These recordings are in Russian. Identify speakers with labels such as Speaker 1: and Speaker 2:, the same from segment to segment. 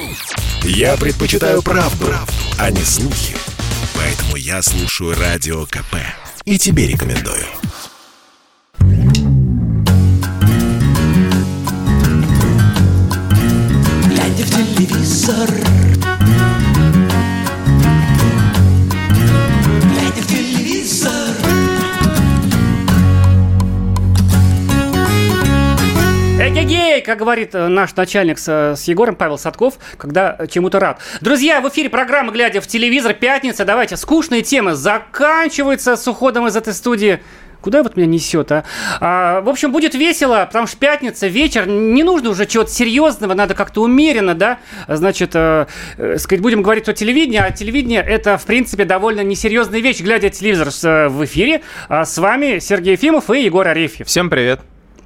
Speaker 1: Я предпочитаю правду, а не слухи. Поэтому я слушаю Радио КП. И тебе рекомендую.
Speaker 2: Глядя в телевизор, глядя в телевизор.
Speaker 3: Эгегей, как говорит наш начальник с Егором, Павел Садков, когда чему-то рад. Друзья, в эфире программа «Глядя в телевизор», пятница. Давайте, скучные темы заканчиваются с уходом из этой студии. Куда вот меня несет, а? В общем, будет весело, потому что пятница, вечер, не нужно уже чего-то серьезного, надо как-то умеренно, да, значит, сказать, будем говорить о телевидении, а телевидение это, в принципе, довольно несерьезная вещь, глядя телевизор в эфире. С вами Сергей Ефимов и Егор Арефьев.
Speaker 4: Всем привет.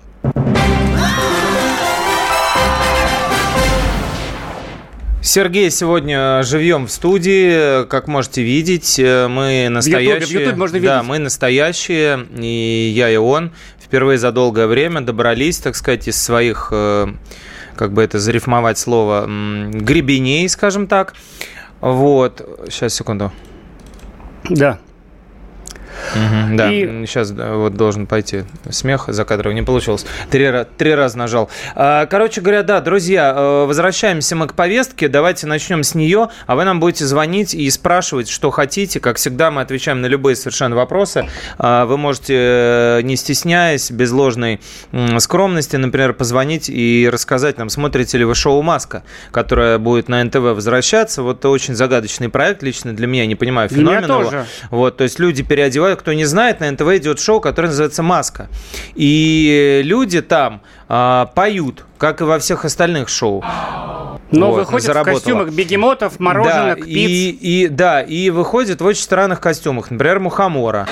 Speaker 4: Сергей сегодня живьем в студии, как можете видеть, мы настоящие.
Speaker 3: В Ютубе можно видеть.
Speaker 4: Да, мы настоящие, и я, и он впервые за долгое время добрались, так сказать, из своих, как бы это зарифмовать слово, гребеней, скажем так. Вот, сейчас, секунду.
Speaker 3: Да.
Speaker 4: Угу, да, сейчас вот должен пойти смех закадровый, не получилось. Три раза нажал. Короче говоря, да, друзья, возвращаемся мы к повестке. Давайте начнем с нее, а вы нам будете звонить и спрашивать, что хотите. Как всегда, мы отвечаем на любые совершенно вопросы. Вы можете, не стесняясь, без ложной скромности, например, позвонить и рассказать нам, смотрите ли вы шоу «Маска», которое будет на НТВ возвращаться. Вот это очень загадочный проект, лично для меня, не понимаю феномен его. Вот, то есть люди переодевают. Кто не знает, на НТВ идет шоу, которое называется «Маска». И люди там поют, как и во всех остальных шоу.
Speaker 3: Но вот, выходят в костюмах бегемотов, мороженых,
Speaker 4: да,
Speaker 3: пиц.
Speaker 4: И выходят в очень странных костюмах. Например, мухомора.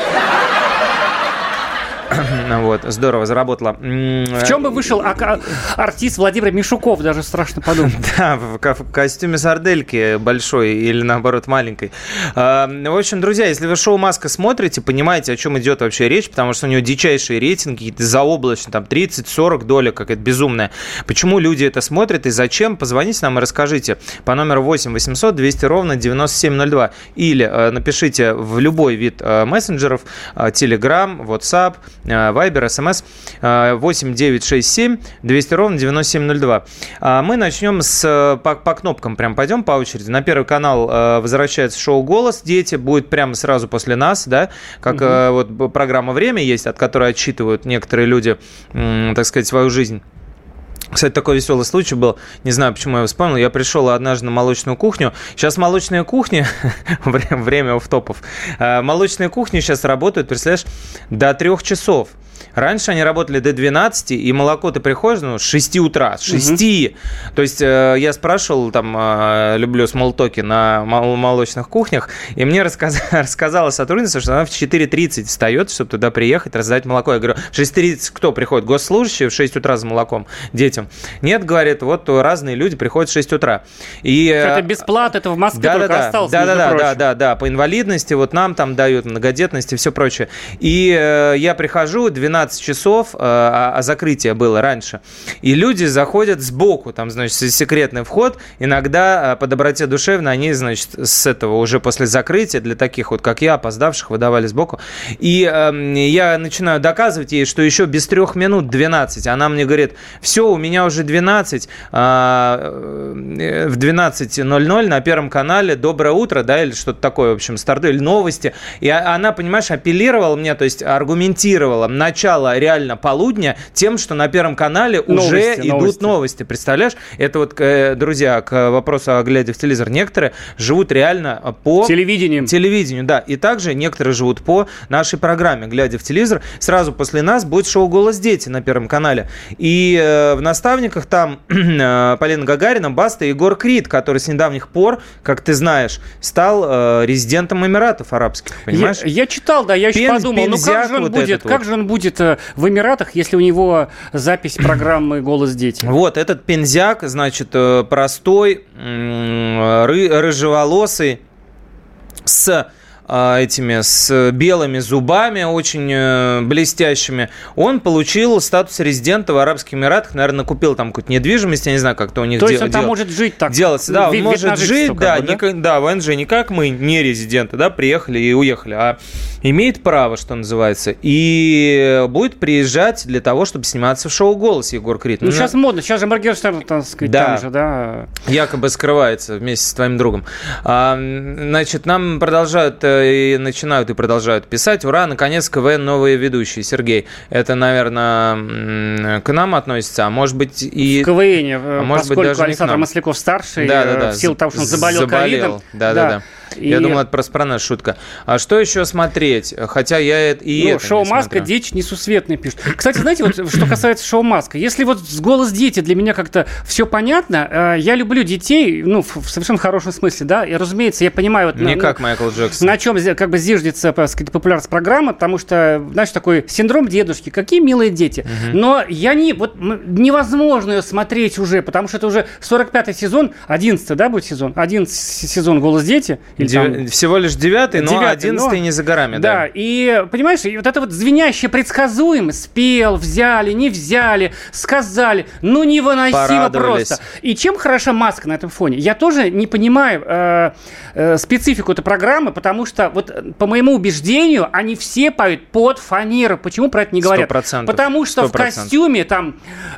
Speaker 4: Вот, здорово, заработало.
Speaker 3: В чем бы вышел артист Владимир Мишуков, даже страшно подумать.
Speaker 4: Да, в костюме сардельки большой или, наоборот, маленькой. В общем, друзья, если вы шоу «Маска» смотрите, понимаете, о чем идет вообще речь, потому что у него дичайшие рейтинги, какие-то заоблачные, там 30-40 доля, какая-то безумная. Почему люди это смотрят и зачем? Позвоните нам и расскажите по номеру 8 800 200 ровно 9702 или напишите в любой вид мессенджеров, Telegram, WhatsApp, Viber, SMS 8967 200 ровно 9702. Мы начнем по кнопкам, прям пойдем по очереди. На Первый канал возвращается шоу «Голос дети», будет прямо сразу после нас, да, как вот программа «Время» есть, от которой отсчитывают некоторые люди, так сказать, свою жизнь. Кстати, такой веселый случай был, не знаю, почему я его вспомнил. Я пришел однажды на молочную кухню. Сейчас молочные кухни, время офф-топов, молочные кухни сейчас работают, представляешь, до 3 часов. Раньше они работали до 12, и молоко ты приходишь, с 6 утра, с 6. То есть я спрашивал, там, люблю смолтоки на молочных кухнях, и мне рассказала сотрудница, что она в 4:30 встает, чтобы туда приехать, раздать молоко. Я говорю, в 6:30 кто приходит? Госслужащие в 6 утра за молоком детям? Нет, говорит, вот разные люди приходят в 6 утра. И,
Speaker 3: это бесплатно, это в Москве только осталось.
Speaker 4: Да, по инвалидности, вот нам там дают, многодетности и все прочее. И я прихожу, 12 часов, а закрытие было раньше. И люди заходят сбоку, там, значит, секретный вход. Иногда по доброте душевной они, значит, с этого уже после закрытия, для таких вот, как я, опоздавших, выдавали сбоку. И я начинаю доказывать ей, что еще без 3 минут 12. Она мне говорит, все, у меня уже 12. В 12:00 на Первом канале «Доброе утро», да, или что-то такое, в общем, стартует, или новости. И она, понимаешь, апеллировала мне, то есть аргументировала начало реально полудня тем, что на Первом канале уже идут новости. Представляешь? Это вот, друзья, к вопросу о глядя в телевизор. Некоторые живут реально по телевидению, да. И также некоторые живут по нашей программе «Глядя в телевизор». Сразу после нас будет шоу «Голос дети» на Первом канале. И в наставниках там Полина Гагарина, Баста и Егор Крид, который с недавних пор, как ты знаешь, стал резидентом Эмиратов Арабских. Понимаешь?
Speaker 3: Я читал, да, я еще подумал, как же он будет в Эмиратах, если у него запись программы «Голос дети».
Speaker 4: Вот, этот пензяк, значит, простой, рыжеволосый, с этими с белыми зубами, очень блестящими, он получил статус резидента в Арабских Эмиратах, наверное, купил там какую-то недвижимость, я не знаю, как-то у них
Speaker 3: делается. То есть он там может жить так?
Speaker 4: Делается, да, он может жить, да,
Speaker 3: в
Speaker 4: ВНЖ, не как мы, не резиденты, да, приехали и уехали, а имеет право, что называется, и будет приезжать для того, чтобы сниматься в шоу «Голос» Егор Крид.
Speaker 3: Ну, сейчас модно, сейчас же Моргенштерн, так сказать,
Speaker 4: да,
Speaker 3: там же, да.
Speaker 4: Якобы скрывается вместе с твоим другом. Значит, нам продолжают писать: ура, наконец, КВН новые ведущие. Сергей, это, наверное, к нам относится, а может быть и...
Speaker 3: В КВНе, поскольку Александр Масляков-старший, в силу того, что он заболел ковидом.
Speaker 4: Да. Я думал, это просто про нас шутка. А что еще смотреть? Хотя я это
Speaker 3: шоу «Маска» дичь несусветная пишет. Кстати, знаете, вот что касается шоу «Маска», если вот с «Голос дети» для меня как-то все понятно, я люблю детей, в совершенно хорошем смысле, да, и, разумеется, я понимаю...
Speaker 4: Не как Майкл Джексон.
Speaker 3: На чем как бы зиждется, так сказать, популярность программы, потому что, знаешь, такой синдром дедушки, какие милые дети. Но невозможно ее смотреть уже, потому что это уже 45-й сезон, 11-й, да, будет сезон? 11-й сезон «Голос дети».
Speaker 4: Всего лишь 9-й, но 11-й не за горами.
Speaker 3: Да, и, понимаешь, и вот это вот звенящая предсказуемость, спел, взяли, не взяли, сказали, невыносимо просто. И чем хороша «Маска» на этом фоне? Я тоже не понимаю специфику этой программы, потому что, вот по моему убеждению, они все поют под фанеру. Почему про это не говорят?
Speaker 4: 100%.
Speaker 3: Потому что 100%. В костюме, там,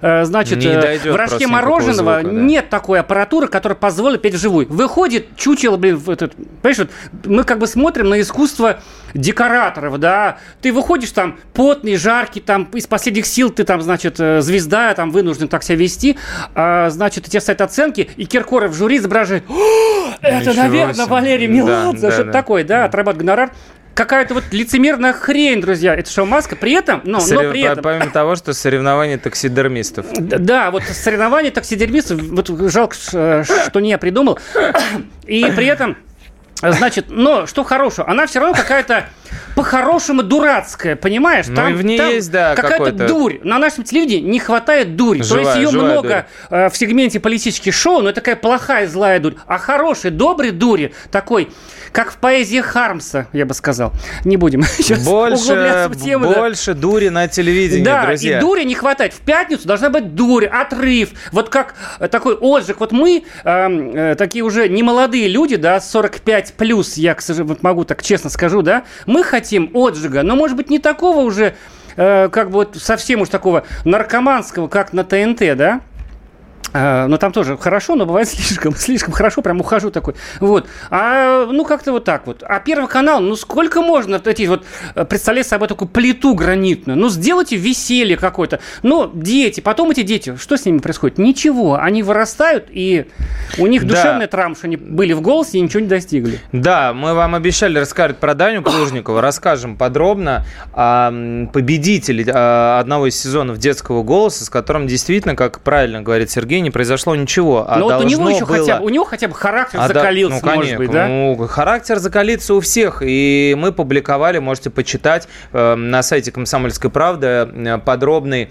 Speaker 3: в рожке мороженого звука, нет такой аппаратуры, которая позволит петь вживую. Выходит чучело, понимаешь, вот мы как бы смотрим на искусство декораторов, да, ты выходишь там потный, жаркий, там из последних сил ты там, значит, звезда, там вынужден так себя вести, значит, тебе ставят оценки, и Киркоров в жюри изображает: это, наверное, Валерий Меладзе, что-то такое, да, отрабатывает гонорар. Какая-то вот лицемерная хрень, друзья. Это шоу «Маска». При этом, но при этом...
Speaker 4: Помимо того, что соревнования таксидермистов.
Speaker 3: Да, вот соревнования таксидермистов, вот жалко, что не я придумал. И при этом... Значит, но что хорошего, она все равно какая-то по-хорошему дурацкая, понимаешь? Там,
Speaker 4: в ней есть, да,
Speaker 3: какая-то дурь. На нашем телевидении не хватает дури. То есть ее много в сегменте политических шоу, но это такая плохая, злая дурь. А хорошей, доброй дури, такой, как в поэзии Хармса, я бы сказал. Не будем сейчас углубляться в тему.
Speaker 4: Больше дури на телевидении, друзья.
Speaker 3: Да, и дури не хватает. В пятницу должна быть дурь, отрыв. Вот как такой отжиг. Вот мы, такие уже немолодые люди, да, 45 плюс, я, к сожалению, могу так честно скажу, да, мы хотим отжига, но, может быть, не такого уже, как бы вот совсем уж такого наркоманского, как на ТНТ, да, но там тоже хорошо, но бывает слишком хорошо, прям ухожу такой. Вот. Как-то вот так вот. А Первый канал, сколько можно представлять собой такую плиту гранитную? Сделайте веселье какое-то. Дети, потом эти дети, что с ними происходит? Ничего. Они вырастают, и у них душевная травма, что они были в «Голосе» и ничего не достигли.
Speaker 4: Да, мы вам обещали рассказать про Даню Плужникову. Расскажем подробно о победителе одного из сезонов «Детского голоса», с которым действительно, как правильно говорит Сергей, не произошло ничего.
Speaker 3: Но вот у него хотя бы характер закалился, может быть, да?
Speaker 4: Характер закалится у всех. И мы публиковали, можете почитать на сайте «Комсомольской правды» подробный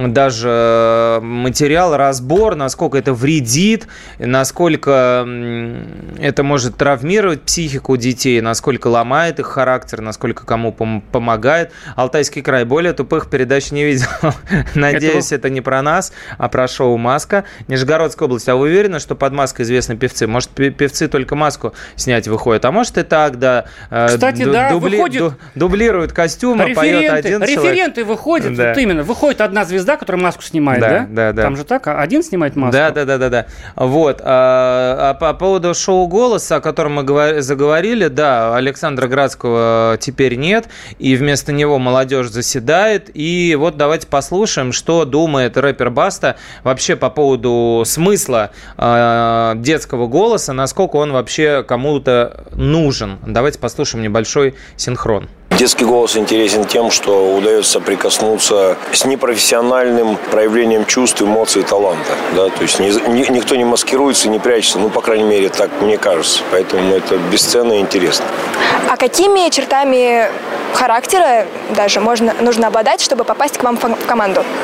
Speaker 4: даже материал, разбор, насколько это вредит, насколько это может травмировать психику детей, насколько ломает их характер, насколько кому помогает. Алтайский край. Более тупых передач не видел. Надеюсь, это не про нас, а про шоу «Маска». Нижегородская область. А вы уверены, что под маской известны певцы? Может, певцы только маску снять выходят? А может и так, да.
Speaker 3: Кстати, выходит...
Speaker 4: Дублируют костюмы, поет один человек.
Speaker 3: Референты выходят, вот именно. Выходит одна звезда, которая маску снимает, да?
Speaker 4: Да.
Speaker 3: Там же так, один снимает маску.
Speaker 4: Да. Вот. А по поводу шоу «Голос», о котором мы заговорили, да, Александра Градского теперь нет, и вместо него молодежь заседает. И вот давайте послушаем, что думает рэпер Баста вообще по поводу смысла детского голоса, насколько он вообще кому-то нужен. Давайте послушаем небольшой синхрон.
Speaker 5: Детский голос интересен тем, что удается прикоснуться с непрофессиональным проявлением чувств, эмоций и таланта. Да? То есть никто не маскируется, не прячется, по крайней мере, так мне кажется. Поэтому это бесценно и интересно.
Speaker 6: А какими чертами характера даже нужно обладать, чтобы попасть к вам в команду?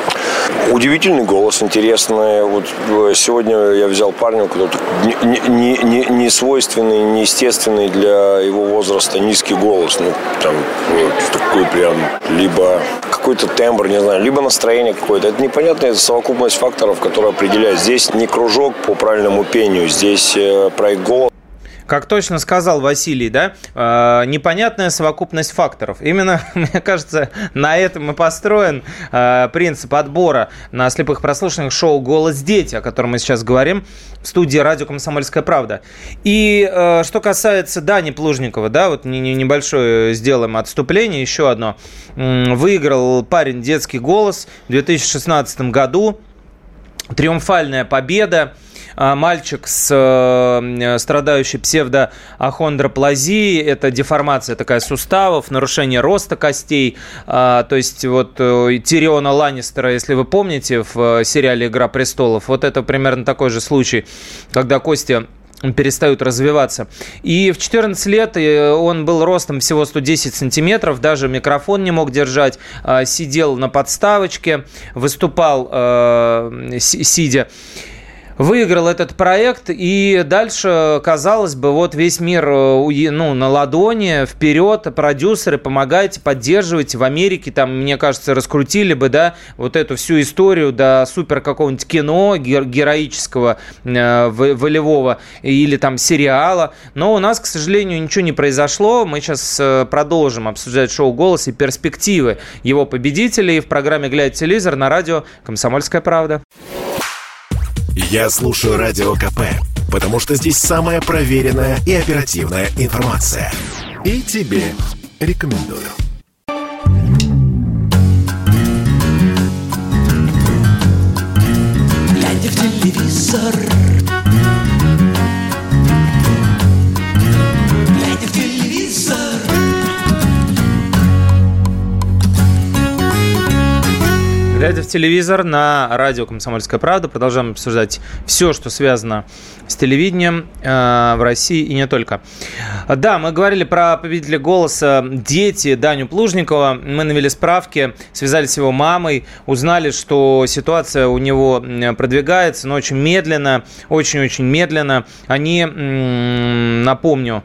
Speaker 5: Удивительный голос, интересный. Вот сегодня я взял парня, который не свойственный, не естественный для его возраста низкий голос. Ну, там вот, такой прям, либо какой-то тембр, не знаю, либо настроение какое-то. Это непонятно, это совокупность факторов, которые определяют. Здесь не кружок по правильному пению, здесь проект «Голос».
Speaker 4: Как точно сказал Василий, да, непонятная совокупность факторов. Именно, мне кажется, на этом и построен принцип отбора на слепых прослушиваниях шоу «Голос дети», о котором мы сейчас говорим, в студии радио «Комсомольская правда». И что касается Дани Плужникова, да, вот небольшое сделаем отступление, еще одно. Выиграл парень «Детский голос» в 2016 году. Триумфальная победа. Мальчик с страдающей псевдоахондроплазией, это деформация такая суставов, нарушение роста костей. То есть вот Тириона Ланнистера, если вы помните, в сериале «Игра престолов», вот это примерно такой же случай, когда кости перестают развиваться. И в 14 лет он был ростом всего 110 сантиметров, даже микрофон не мог держать, сидел на подставочке, выступал сидя. Выиграл этот проект, и дальше, казалось бы, вот весь мир на ладони, вперед, продюсеры, помогайте, поддерживайте. В Америке, там, мне кажется, раскрутили бы, да, вот эту всю историю до супер какого-нибудь кино героического, волевого, или там сериала. Но у нас, к сожалению, ничего не произошло. Мы сейчас продолжим обсуждать шоу «Голос» и перспективы его победителей в программе «Глядя в телевизор» на радио «Комсомольская правда».
Speaker 1: Я слушаю Радио КП, потому что здесь самая проверенная и оперативная информация. И тебе рекомендую.
Speaker 2: Глядя в телевизор, глядя в телевизор.
Speaker 4: Глядя в телевизор на радио «Комсомольская правда», продолжаем обсуждать все, что связано с телевидением в России и не только. Да, мы говорили про победителя «Голоса» дети Даню Плужникова. Мы навели справки, связались с его мамой, узнали, что ситуация у него продвигается, но очень медленно, очень-очень медленно. Они, напомню,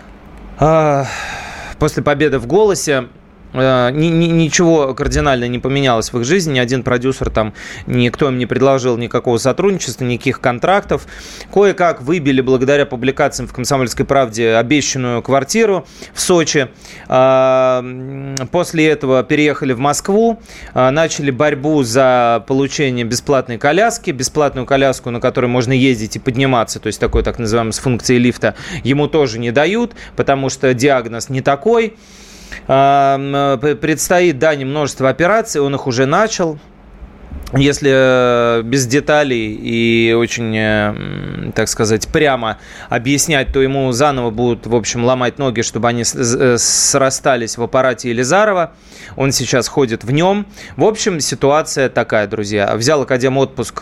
Speaker 4: после победы в «Голосе» ничего кардинально не поменялось в их жизни, ни один продюсер там, никто им не предложил никакого сотрудничества, никаких контрактов. Кое-как выбили благодаря публикациям в «Комсомольской правде» обещанную квартиру в Сочи. После этого переехали в Москву, начали борьбу за получение бесплатной коляски, бесплатную коляску, на которой можно ездить и подниматься, то есть такой так называемый с функцией лифта, ему тоже не дают, потому что диагноз не такой. Предстоит Дане множество операций, он их уже начал. Если без деталей и очень, так сказать, прямо объяснять, то ему заново будут, в общем, ломать ноги, чтобы они срастались в аппарате Елизарова. Он сейчас ходит в нем. В общем, ситуация такая, друзья. Взял академотпуск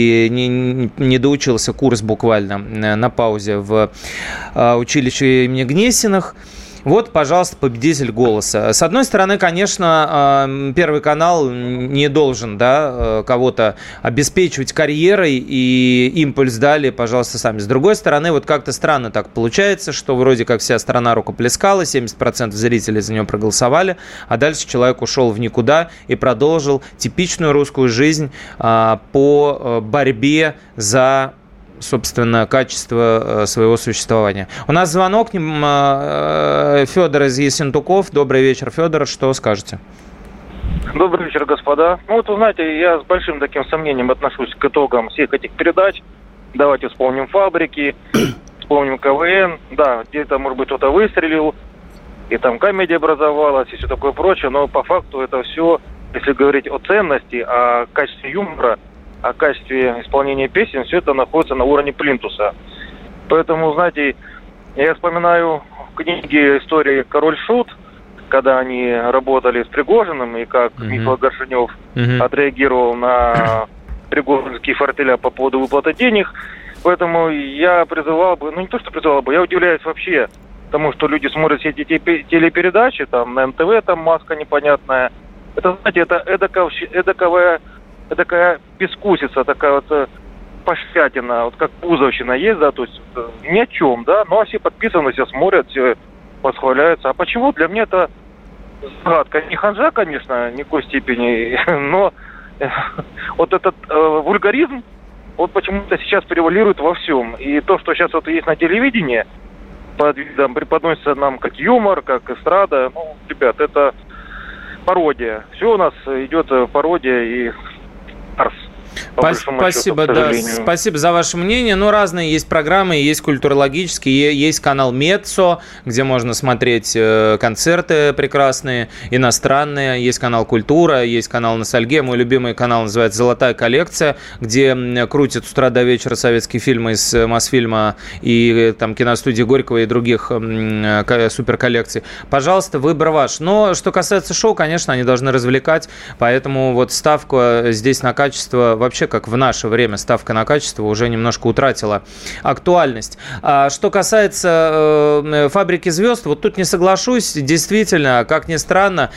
Speaker 4: и не доучился курс буквально на паузе в училище имени Гнесиных. Вот, пожалуйста, победитель «Голоса». С одной стороны, конечно, Первый канал не должен, да, кого-то обеспечивать карьерой, и импульс дали, пожалуйста, сами. С другой стороны, вот как-то странно так получается, что вроде как вся страна рукоплескала, 70% зрителей за него проголосовали, а дальше человек ушел в никуда и продолжил типичную русскую жизнь по борьбе за, собственно, качество своего существования. У нас звонок, Федор из Ессентуков. Добрый вечер, Федор. Что скажете?
Speaker 6: Добрый вечер, господа. Ну вот, вы знаете, я с большим таким сомнением отношусь к итогам всех этих передач. Давайте вспомним «Фабрики», вспомним КВН. Да, где-то, может быть, кто-то выстрелил, и там комедия образовалась, и все такое прочее. Но по факту это все, если говорить о ценности, о качестве юмора, о качестве исполнения песен, все это находится на уровне плинтуса. Поэтому, знаете, я вспоминаю в книге истории «Король Шут», когда они работали с Пригожиным, и как Михаил Горшенев отреагировал на пригожинские фортеля по поводу выплаты денег. Поэтому я призывал бы, ну не то, что призывал бы, я удивляюсь вообще тому, что люди смотрят все эти телепередачи, там на НТВ там маска непонятная. Это, знаете, это эдаковая такая безвкусица, такая вот пошлятина, вот как пузовщина есть, да, то есть ни о чем, да, но все подписаны, все смотрят, все восхваляются. А почему? Для меня это загадка. Не ханжа, конечно, никакой степени, но вот этот вульгаризм, вот почему-то сейчас превалирует во всем. И то, что сейчас вот есть на телевидении, под видом преподносится нам как юмор, как эстрада, ну, ребят, это пародия. Все у нас идет пародия и фарс.
Speaker 4: Спасибо, да, спасибо за ваше мнение. Ну, разные есть программы, есть культурологические, есть канал Меццо, где можно смотреть концерты прекрасные, иностранные, есть канал Культура, есть канал Ностальгия. Мой любимый канал называется «Золотая коллекция», где крутят с утра до вечера советские фильмы из Мосфильма и там киностудии Горького и других суперколлекций. Пожалуйста, выбор ваш. Но что касается шоу, конечно, они должны развлекать, поэтому вот ставка здесь на качество, вообще, как в наше время, ставка на качество уже немножко утратила актуальность. А что касается «Фабрики звезд», вот тут не соглашусь. Действительно, как ни странно,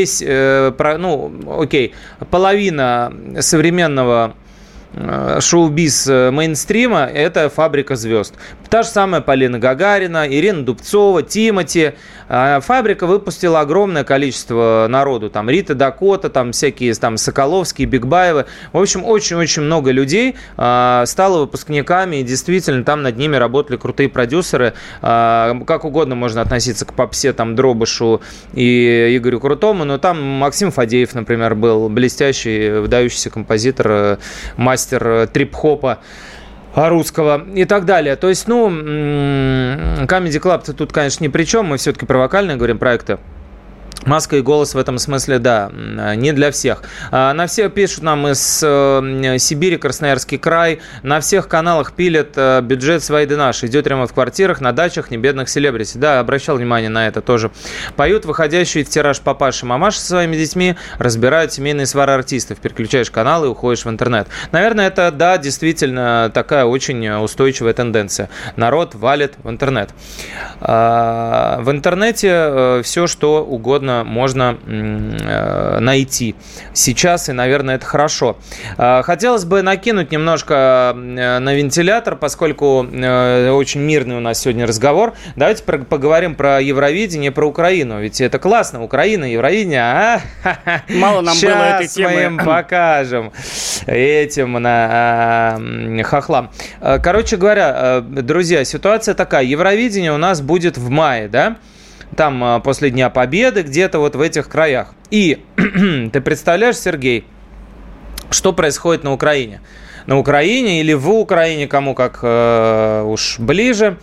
Speaker 4: половина современного шоу-биз мейнстрима – это «Фабрика звезд». Та же самая Полина Гагарина, Ирина Дубцова, Тимати. «Фабрика» выпустила огромное количество народу. Там Рита Дакота, там всякие там Соколовские, Бигбаевы. В общем, очень-очень много людей стало выпускниками, и действительно там над ними работали крутые продюсеры. Как угодно можно относиться к попсе, там, Дробышу и Игорю Крутому, но там Максим Фадеев, например, был блестящий, выдающийся композитор, мастер трип-хопа русского и так далее. То есть, Comedy Club-то тут, конечно, ни при чем. Мы все-таки про вокальные говорим проекты. «Маска и голос» в этом смысле, да, не для всех. На все пишут нам из Сибири, Красноярский край. На всех каналах пилят бюджет свои да наши. Идет ремонт в квартирах, на дачах небедных селебрити. Да, обращал внимание на это тоже. Поют выходящие в тираж папаши и мамаши со своими детьми, разбирают семейные свары артистов. Переключаешь каналы и уходишь в интернет. Наверное, это, да, действительно такая очень устойчивая тенденция. Народ валит в интернет. В интернете все, что угодно можно найти сейчас, и, наверное, это хорошо. Хотелось бы накинуть немножко на вентилятор, поскольку очень мирный у нас сегодня разговор. Давайте поговорим про Евровидение, про Украину. Ведь это классно. Украина, Евровидение.
Speaker 3: Мало нам было этой темы.
Speaker 4: Сейчас мы им покажем этим хохлам. Короче говоря, друзья, ситуация такая. Евровидение у нас будет в мае, да? Там после Дня Победы, где-то вот в этих краях. И ты представляешь, Сергей, что происходит на Украине? На Украине или в Украине, кому как уж ближе,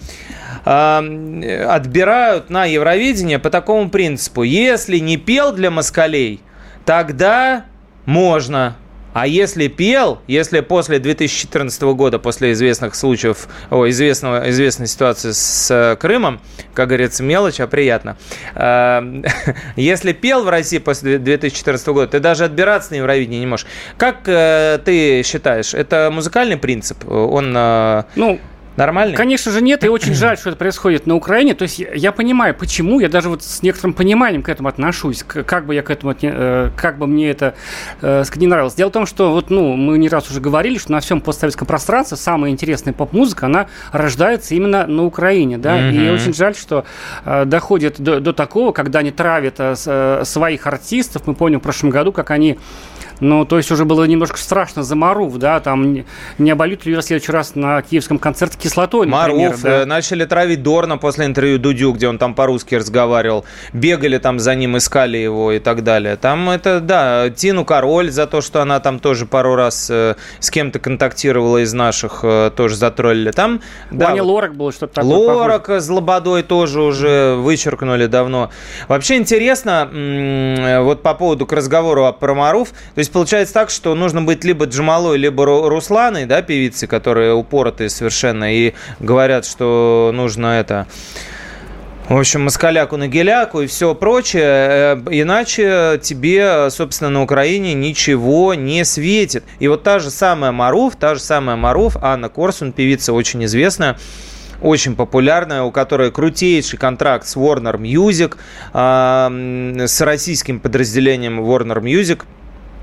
Speaker 4: отбирают на Евровидение по такому принципу. Если не пел для москалей, тогда можно. А если пел, если после 2014 года, после известных случаев, известной ситуации с Крымом, как говорится, мелочь, а приятно. Если пел в России после 2014 года, ты даже отбираться на Евровидение не можешь. Как ты считаешь, это музыкальный принцип? Он... нормальный?
Speaker 3: Конечно же нет, и очень жаль, что это происходит на Украине. То есть я понимаю, почему, я даже вот с некоторым пониманием к этому отношусь, как бы мне это не нравилось. Дело в том, что мы не раз уже говорили, что на всем постсоветском пространстве самая интересная поп-музыка, она рождается именно на Украине, да, и очень жаль, что доходит до такого, когда они травят своих артистов. Мы помним в прошлом году, как они... то есть уже было немножко страшно за Марув, да, там не обольют ли в следующий раз на киевском концерте кислотой, например.
Speaker 4: Марув, да? Начали травить Дорна после интервью Дудю, где он там по-русски разговаривал, бегали там за ним, искали его и так далее. Там это, да, Тину Король за то, что она там тоже пару раз с кем-то контактировала из наших, тоже затроллили. Там, да,
Speaker 3: Ваня Лорак был, что-то такое.
Speaker 4: Лорак с Лободой тоже уже вычеркнули давно. Вообще интересно, вот по поводу к разговору про Марув, то есть получается так, что нужно быть либо Джамалой, либо Русланой, да, певицы, которые упоротые совершенно и говорят, что нужно это... В общем, москаляку на геляку и все прочее, иначе тебе, собственно, на Украине ничего не светит. И вот та же самая Марув, Анна Корсун, певица очень известная, очень популярная, у которой крутейший контракт с Warner Music, с российским подразделением Warner Music.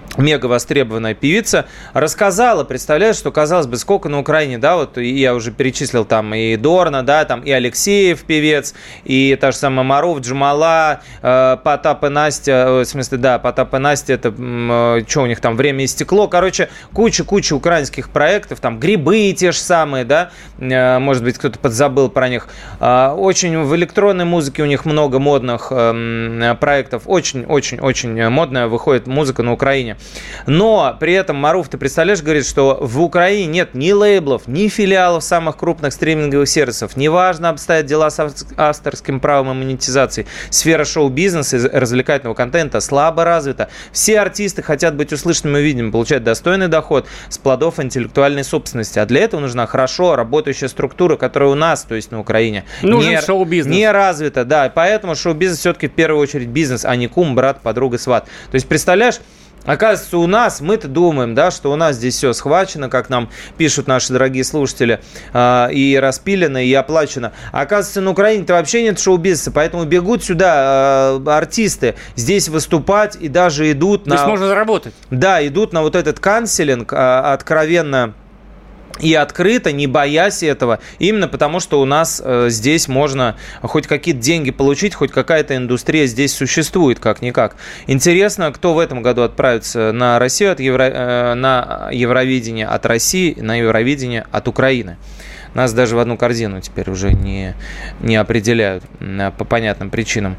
Speaker 4: мега востребованная певица, рассказала, представляешь, что, казалось бы, сколько на Украине, да, вот и я уже перечислил там и Дорна, да, там и Алексеев певец, и та же самая Марув, Джамала, Потап и Настя, в смысле, да, Потап и Настя, это, что у них там, «Время и стекло», короче, куча украинских проектов, там, «Грибы» те же самые, да, может быть, кто-то подзабыл про них. Очень в электронной музыке у них много модных проектов, очень модная выходит музыка на Украине. Но при этом Маруф, ты представляешь, говорит, что в Украине нет ни лейблов, ни филиалов самых крупных стриминговых сервисов. Неважно обстоят дела с авторским правом и монетизацией. Сфера шоу-бизнеса и развлекательного контента слабо развита. Все артисты хотят быть услышанными и видимыми, получать достойный доход с плодов интеллектуальной собственности. А для этого нужна хорошо работающая структура, которая у нас, то есть на Украине, не развита. Да, и поэтому шоу-бизнес все-таки в первую очередь бизнес, а не кум, брат, подруга, сват. То есть, представляешь, оказывается, у нас, мы-то думаем, да, что у нас здесь все схвачено, как нам пишут наши дорогие слушатели, и распилено, и оплачено. А оказывается, на Украине-то вообще нет шоу-бизнеса, поэтому бегут сюда артисты здесь выступать и даже идут на...
Speaker 3: Здесь можно заработать.
Speaker 4: Да, идут на вот этот канцелинг откровенно и открыто, не боясь этого, именно потому, что у нас здесь можно хоть какие-то деньги получить, хоть какая-то индустрия здесь существует, как-никак. Интересно, кто в этом году отправится на Россию на Евровидение от России, на Евровидение от Украины. Нас даже в одну корзину теперь уже не определяют по понятным причинам.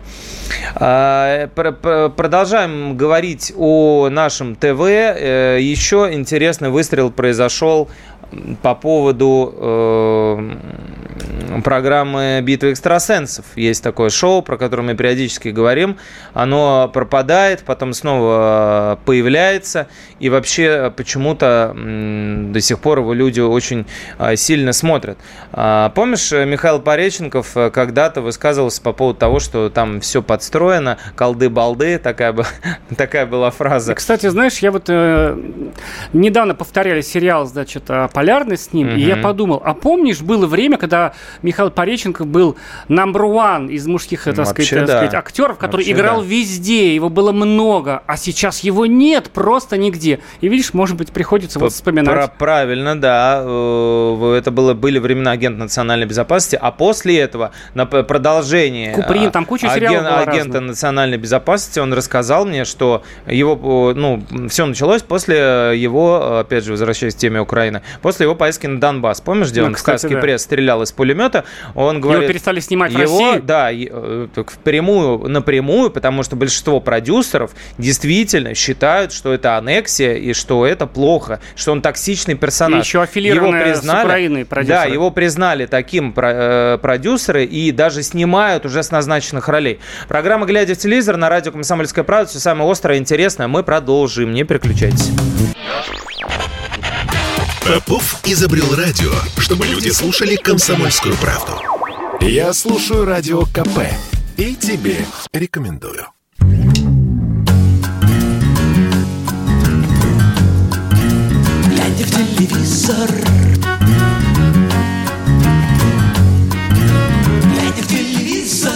Speaker 4: Продолжаем говорить о нашем ТВ. Еще интересный выстрел произошел по поводу программы «Битва экстрасенсов». Есть такое шоу, про которое мы периодически говорим. Оно пропадает, потом снова появляется. И вообще почему-то до сих пор его люди очень сильно смотрят. Помнишь, Михаил Пореченков когда-то высказывался по поводу того, что там все подстроено, колды-балды, такая была фраза.
Speaker 3: Кстати, знаешь, я вот недавно повторяли сериал, значит, «Полярный» с ним, и я подумал, а помнишь, было время, когда Михаил Пореченков был number one из мужских, так сказать, актеров, который играл везде, его было много, а сейчас его нет просто нигде. И видишь, может быть, приходится вот вспоминать.
Speaker 4: Правильно, да. Это были времена агента национальной безопасности, а после этого на продолжение
Speaker 3: Куприн, там куча сериалов было
Speaker 4: агента
Speaker 3: разных.
Speaker 4: Национальной безопасности, он рассказал мне, что его, все началось после его, опять же, возвращаясь к теме Украины, после его поездки на Донбасс. Помнишь, где он в «Сказке пресс» стрелял из пулемета? Он говорит,
Speaker 3: его перестали снимать в России?
Speaker 4: Да, напрямую, потому что большинство продюсеров действительно считают, что это аннексия и что это плохо, что он токсичный персонаж.
Speaker 3: И еще аффилированные с Украиной продюсеры.
Speaker 4: Да, его признали таким продюсеры и даже снимают уже с назначенных ролей. Программа «Глядя в телевизор» на радио «Комсомольская правда». Все самое острое и интересное мы продолжим. Не переключайтесь.
Speaker 1: Попов изобрел радио, чтобы люди слушали «Комсомольскую правду». Я слушаю радио КП и тебе рекомендую.
Speaker 2: Глядя в телевизор, глядя в телевизор.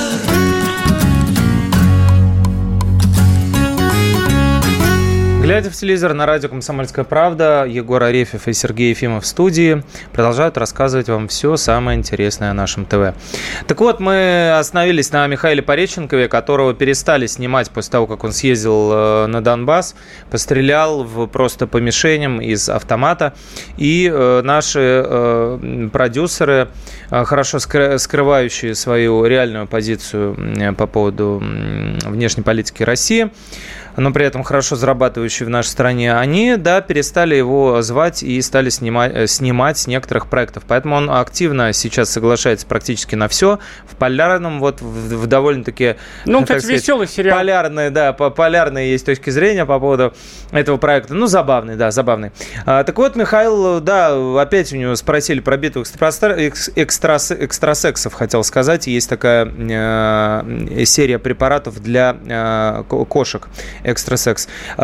Speaker 4: Глядя в телевизор на радио «Комсомольская правда», Егор Арефьев и Сергей Ефимов в студии продолжают рассказывать вам все самое интересное о нашем ТВ. Так вот, мы остановились на Михаиле Пореченкове, которого перестали снимать после того, как он съездил на Донбасс, пострелял просто по мишеням из автомата. И наши продюсеры, хорошо скрывающие свою реальную позицию по поводу внешней политики России, но при этом хорошо зарабатывающие в нашей стране, они, да, перестали его звать и стали снимать с некоторых проектов. Поэтому он активно сейчас соглашается практически на все. В полярном, вот в довольно-таки...
Speaker 3: кстати, веселый сериал.
Speaker 4: Полярные есть точки зрения по поводу этого проекта. Забавный. Так вот, Михаил, да, опять у него спросили про битву экстрасексов, хотел сказать. Есть такая серия препаратов для кошек. Экстрасекс.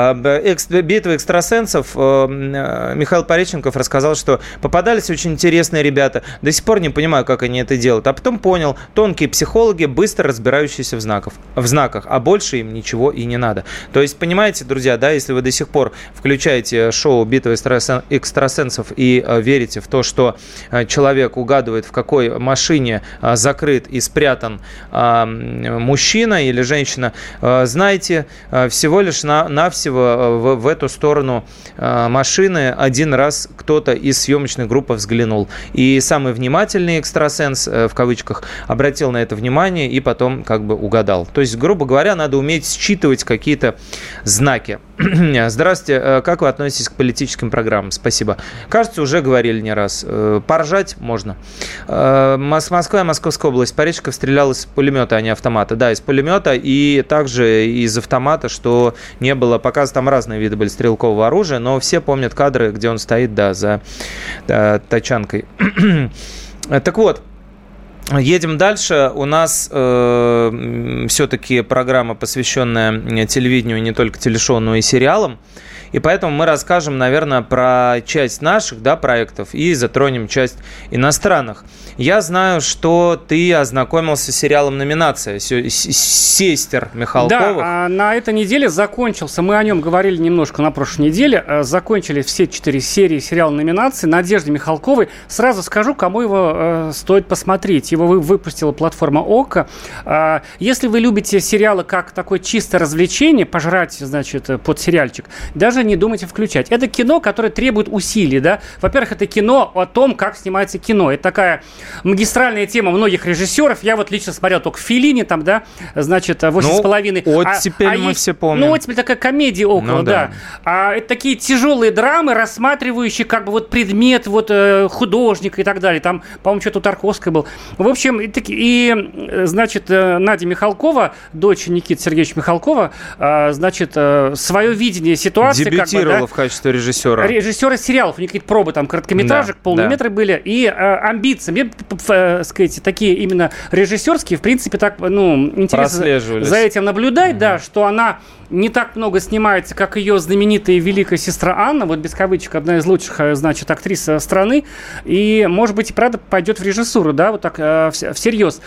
Speaker 4: «Битвы экстрасенсов» Михаил Пореченков рассказал, что попадались очень интересные ребята. До сих пор не понимаю, как они это делают. А потом понял, тонкие психологи, быстро разбирающиеся в знаках, а больше им ничего и не надо. То есть, понимаете, друзья, да, если вы до сих пор включаете шоу «Битва экстрасенсов» и верите в то, что человек угадывает, в какой машине закрыт и спрятан мужчина или женщина, знаете, всего лишь навсего в эту сторону машины один раз кто-то из съемочной группы взглянул. И самый внимательный экстрасенс, в кавычках, обратил на это внимание и потом как бы угадал. То есть, грубо говоря, надо уметь считывать какие-то знаки. Здравствуйте, как вы относитесь к политическим программам? Спасибо. Кажется, уже говорили не раз. Поржать можно. Москва и Московская область. Пореченков стрелял из пулемета, а не автомата. Да, из пулемета и также из автомата, что не было показано. Там разные виды были стрелкового оружия, но все помнят кадры, где он стоит, да, за тачанкой. Так вот, едем дальше. У нас все-таки программа, посвященная телевидению, не только телешоу, но и сериалам. И поэтому мы расскажем, наверное, про часть наших, да, проектов и затронем часть иностранных. Я знаю, что ты ознакомился с сериалом «Номинация» сестер Михалковых.
Speaker 3: Да, на этой неделе закончился, мы о нем говорили немножко на прошлой неделе, закончили все 4 серии сериала «Номинации» Надежды Михалковой. Сразу скажу, кому его стоит посмотреть. Его выпустила платформа ОККО. Если вы любите сериалы как такое чистое развлечение, пожрать, значит, под сериальчик, даже не думайте включать. Это кино, которое требует усилий, да. Во-первых, это кино о том, как снимается кино. Это такая магистральная тема многих режиссеров. Я вот лично смотрел только Феллини, там, да, значит, 8,5.
Speaker 4: Оттепель мы все помним.
Speaker 3: Ну, оттепель такая комедия около, да. А это такие тяжелые драмы, рассматривающие как бы вот предмет вот художника и так далее. Там, по-моему, что-то у Тарковского был. В общем, значит, Надя Михалкова, дочь Никиты Сергеевича Михалкова, значит, свое видение ситуации.
Speaker 4: Дебютировала
Speaker 3: как бы, да,
Speaker 4: в качестве режиссера.
Speaker 3: Режиссера сериалов. У них какие-то пробы там короткометражек, да, полные метры были. И амбиции. Мне, сказать, такие именно режиссерские, в принципе, так, ну, интересно за этим наблюдать, да, что она не так много снимается, как ее знаменитая и великая сестра Анна, вот без кавычек, одна из лучших, значит, актрис страны, и, может быть, и правда пойдет в режиссуру, да, вот так, всерьез.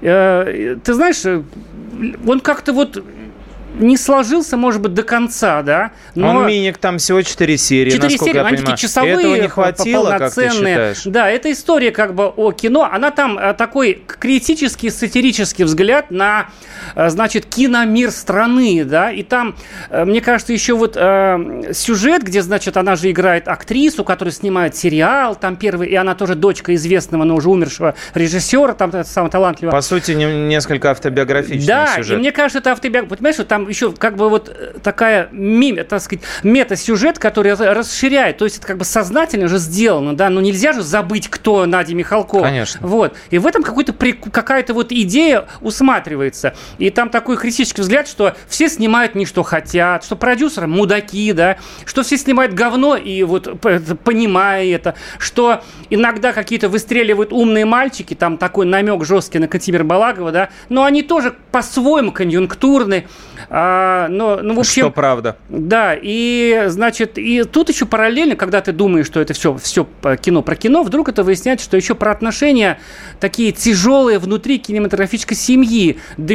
Speaker 3: Ты знаешь, он как-то вот не сложился, может быть, до конца, да. Но
Speaker 4: он миник, там всего 4 серии,
Speaker 3: 4 серии,
Speaker 4: я
Speaker 3: они
Speaker 4: понимаю.
Speaker 3: такие часовые,
Speaker 4: этого не хватило,
Speaker 3: полноценные.
Speaker 4: как ты считаешь?
Speaker 3: Да, это история как бы о кино. Она там такой критический, сатирический взгляд на, значит, киномир страны, да. И там, мне кажется, еще вот сюжет, где, значит, она же играет актрису, которая снимает сериал, там первый, и она тоже дочка известного, но уже умершего режиссера, там самого талантливого.
Speaker 4: По сути, несколько автобиографичный сюжет. Да,
Speaker 3: и мне кажется, это автобиография. Понимаешь, что там еще как бы вот такая, так сказать, мета-сюжет, который расширяет. То есть это как бы сознательно же сделано, да, но нельзя же забыть, кто Надя Михалкова.
Speaker 4: Конечно.
Speaker 3: Вот. И в этом какая-то вот идея усматривается. И там такой критический взгляд, что все снимают не что хотят, что продюсеры мудаки, да, что все снимают говно и вот понимая это, что иногда какие-то выстреливают умные мальчики, там такой намек жесткий на Кантемира Балагова, да, но они тоже по-своему конъюнктурны. В общем,
Speaker 4: что правда.
Speaker 3: Да, и, значит, и тут еще параллельно, когда ты думаешь, что это все кино про кино, вдруг это выясняется, что еще про отношения такие тяжелые внутри кинематографической семьи.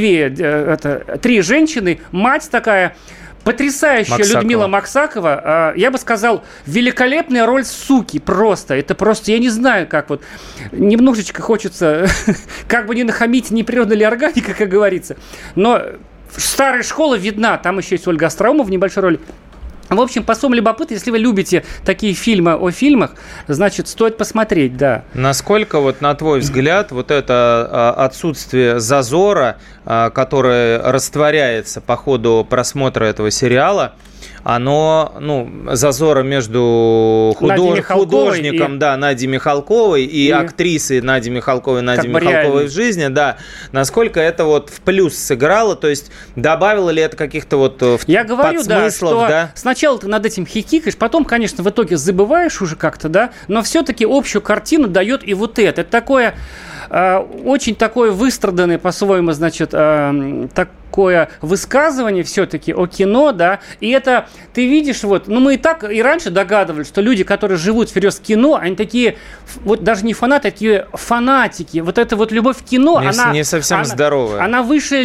Speaker 3: 3 женщины, мать такая, потрясающая Максакова. Людмила Максакова, я бы сказал, великолепная роль суки просто. Это просто, я не знаю, как вот, немножечко хочется, как бы не нахамить, не природная ли органика, как говорится, но старая школа видна, там еще есть Ольга Остроумова в небольшой роли. В общем, по своему любопытству, если вы любите такие фильмы о фильмах, значит, стоит посмотреть, да.
Speaker 4: Насколько, вот на твой взгляд, вот это отсутствие зазора, которое растворяется по ходу просмотра этого сериала, оно, зазора между художником, Надей Михалковой и актрисой Надей Михалковой в жизни, да, насколько это вот в плюс сыграло, то есть добавило ли это каких-то вот
Speaker 3: я говорю,
Speaker 4: подсмыслов,
Speaker 3: да, что сначала ты над этим хихикаешь, потом, конечно, в итоге забываешь уже как-то, да, но все-таки общую картину дает и вот это. Это такое... очень такое выстраданное, по-своему, значит, такое высказывание все-таки о кино, да, и это ты видишь, вот, ну, мы и так и раньше догадывались, что люди, которые живут всерьез кино, они такие, вот даже не фанаты, а такие фанатики. Вот эта вот любовь к кино, она...
Speaker 4: Не совсем здоровая.
Speaker 3: Она выше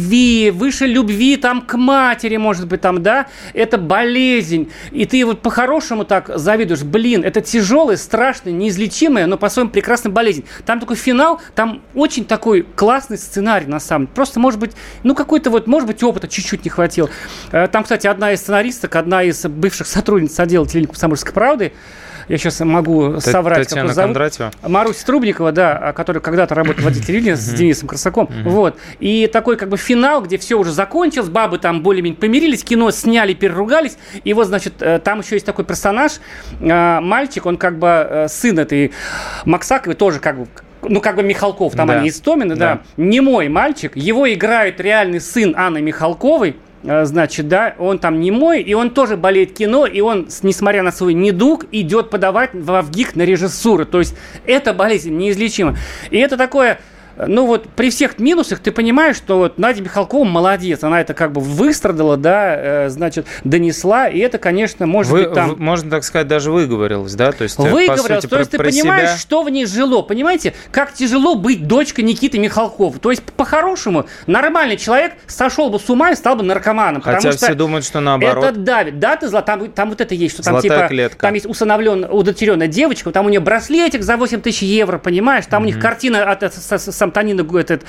Speaker 3: любви там к матери, может быть, там, да, это болезнь. И ты вот по-хорошему так завидуешь, блин, это тяжелая, страшная, неизлечимая, но по-своему прекрасная болезнь. Там такой финал, там очень такой классный сценарий, на самом деле. Просто, может быть, ну, какой-то вот, может быть, опыта чуть-чуть не хватило. Там, кстати, одна из сценаристок, одна из бывших сотрудниц отдела телевидения «Комсомольской правды», я сейчас могу соврать,
Speaker 4: Татьяна Кондратьева.
Speaker 3: Маруся Трубникова, да, которая когда-то работала в отделе телевидения с Денисом Корсаком. Вот. И такой как бы финал, где все уже закончилось, бабы там более-менее помирились, кино сняли, переругались. И вот, значит, там еще есть такой персонаж, мальчик, он как бы сын этой Максаковой, тоже как бы, ну, как бы Михалков, там они Истомины, да. Немой мальчик, его играет реальный сын Анны Михалковой. Значит, да, он там немой, и он тоже болеет кино, и он, несмотря на свой недуг, идет подавать в ВГИК на режиссуру. То есть это болезнь неизлечима. И это такое... Ну вот при всех минусах ты понимаешь, что вот Надя Михалкова молодец, она это как бы выстрадала, да, значит, донесла, и это, конечно, может быть там...
Speaker 4: Можно так сказать, даже выговорилась, да? То есть,
Speaker 3: выговорилась, то есть ты понимаешь,
Speaker 4: себя...
Speaker 3: что в ней жило, понимаете, как тяжело быть дочкой Никиты Михалкова. То есть по-хорошему нормальный человек сошел бы с ума и стал бы наркоманом.
Speaker 4: Хотя все думают, что наоборот.
Speaker 3: Это давит, да, ты зла, там вот это есть, что там
Speaker 4: золотая
Speaker 3: типа,
Speaker 4: клетка.
Speaker 3: Там есть удочеренная девочка, там у нее браслетик за 8 тысяч евро, понимаешь, там у них картина от Антонина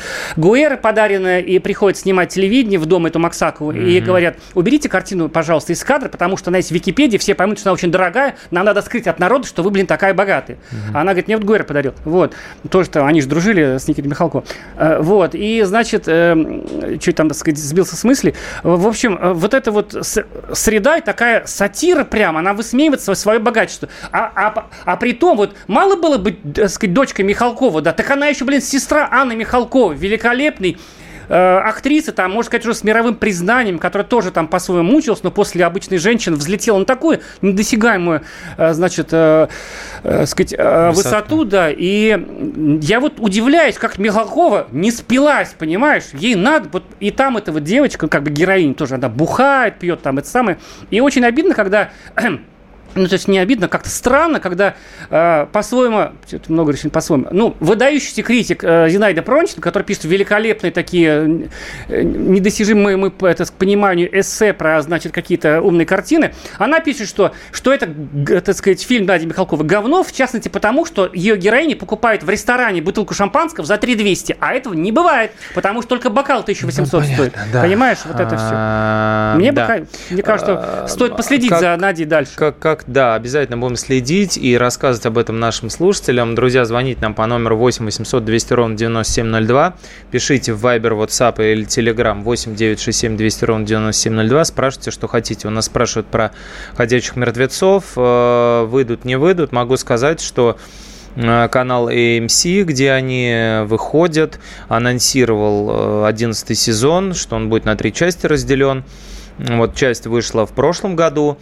Speaker 3: Гуэра подаренная, и приходит снимать телевидение в дом эту Максакову, и говорят, уберите картину, пожалуйста, из кадра, потому что она есть в Википедии, все поймут, что она очень дорогая, нам надо скрыть от народа, что вы, блин, такая богатая. А она говорит, мне вот Гуэра подарил. Вот. Тоже-то, они же дружили с Никитой Михалковым. Вот. И, значит, чуть там, так сказать, сбился с мысли. В общем, вот эта вот среда и такая сатира прямо, она высмеивает свое богатство. А при том, вот, мало было быть, так сказать, дочкой Михалкова, да, так она еще, блин, сестра Анны Михалкова, великолепный актриса, там, можно сказать, уже с мировым признанием, которая тоже там по-своему мучилась, но после обычной женщины взлетела на такую недосягаемую, значит, сказать, высоту, да, и я вот удивляюсь, как Михалкова не спилась, понимаешь, ей надо, вот, и там эта вот девочка, как бы героиня тоже, она бухает, пьет там это самое, и очень обидно, когда... Ну, то есть не обидно, как-то странно, когда по-своему, много решений по-своему, ну, выдающийся критик Зинаида Пронченко, который пишет великолепные такие недостижимые, мы, это, к пониманию, эссе про, значит, какие-то умные картины, она пишет, что это, так сказать, фильм Нади Михалковой говно, в частности, потому что ее героиня покупает в ресторане бутылку шампанского за 3200, а этого не бывает, потому что только бокал 1800 стоит. Да. Понимаешь, вот это все. Мне кажется, стоит последить за Надей дальше.
Speaker 4: Да, обязательно будем следить и рассказывать об этом нашим слушателям. Друзья, звоните нам по номеру 8 800 200 ровно 9702. Пишите в Viber, WhatsApp или Telegram 8 967 200 ровно 9702. Спрашивайте, что хотите. У нас спрашивают про «Ходячих мертвецов». Выйдут, не выйдут. Могу сказать, что канал AMC, где они выходят, анонсировал 11-й сезон, что он будет на 3 части разделен. Вот часть вышла в прошлом году.